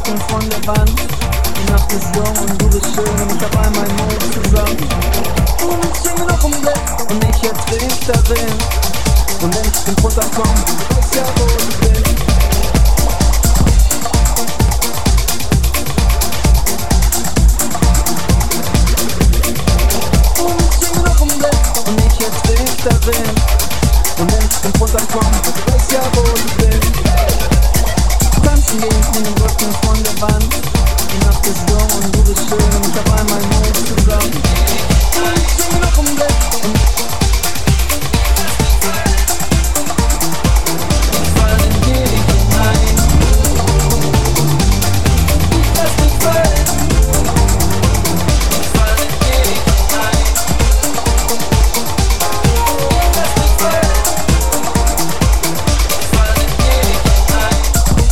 Rücken von der Wand. Die Nacht ist jung und du bist schön und ich hab all mein Mut zusammen. Und ich singe noch im Bett und ich ertrink darin. Und wenn ich den runterkomm, du weißt ja, wo ich bin. Und ich singe noch im Bett und ich ertrink darin. Und wenn ich den runterkomm, du weißt ja, wo ich bin. Tanzen gehen in den Rücken von der Wand. Die Nacht ist jung und du bist schön und ich hab all mein Mut zusammen. Und ich singe noch im Bett und ich fall in dich hinein. Ich lass mich fallen. Ich fall in dich hinein. Ich lass mich fallen. Ich fall in dich hinein.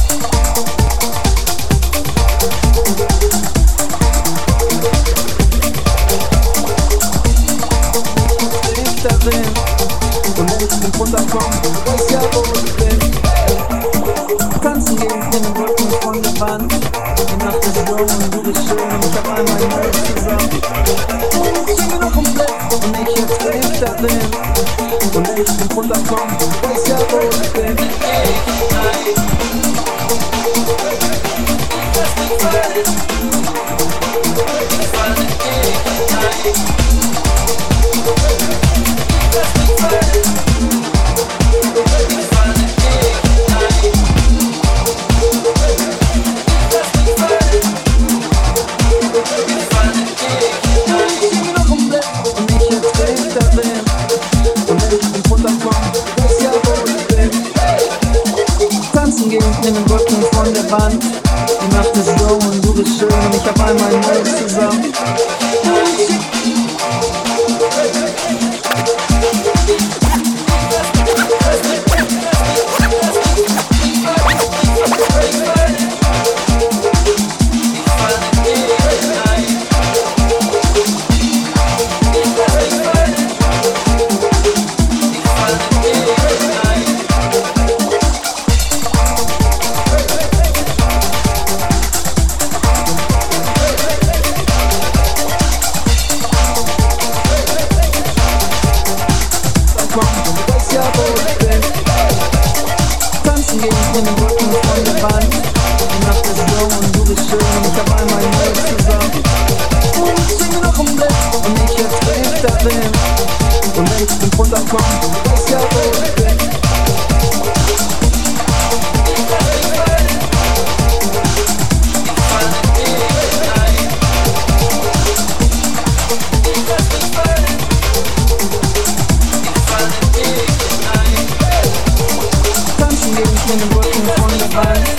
Darin. Und wenn ich bin runterkomm, du weißt ja, wo ich bin. Tanzen gehen in den Rücken von der Wand. Die Nacht ist jung und du bist schön und ich hab all mein Mut zusammen. Und ich singe noch im Bett und ich ertrink darin. Und wenn ich bin runterkomm, du weißt ja, wo ich bin. Lass mich fallen. Ich fall in dich hinein. Lass mich fallen. Ich fall in dich hinein. Lass mich fallen. Ich fall in dich hinein. Ich singe noch im Bett und ich ertrink darin. Und wenn ich bin runterkomm, du weißt ja, wo ich bin. Tanzen gehen in den Rücken von der Wand. Die Nacht ist jung und du bist schön und ich hab all mein Mut zusammen. Tanzen gehen in den Rücken von der Wand. Die Nacht ist jung und du bist schön und ich hab all mein Mut zusammen. Und ich singe noch im Bett und ich ertrink darin. Und wenn ich bin runterkomm, du weißt ja, wo ich bin. Lass mich fallen. Ich fall in dich hinein. Lass mich fallen. Ich fall in dich hinein. Tanzen gehen in den Rücken von der Wand.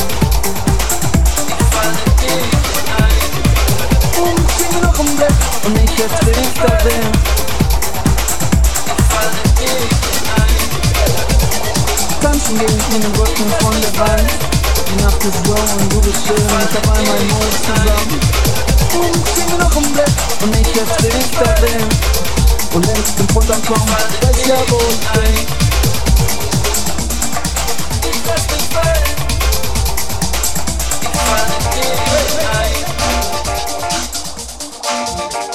Ich fall in dich hinein. Und ich singe noch im Bett und ich ertrink darin. Ich fall in dich hinein. Tanzen gehen in den Rücken von der Wand. Die Nacht ist jung und du bist schön und ich hab all mein Mut zusammen. Und ich singe noch im Bett und ich ertrink darin. Und wenn ich bin runterkomm, du weißt ja, wo ich bin. Lass mich fallen. Ich fall in dich hinein.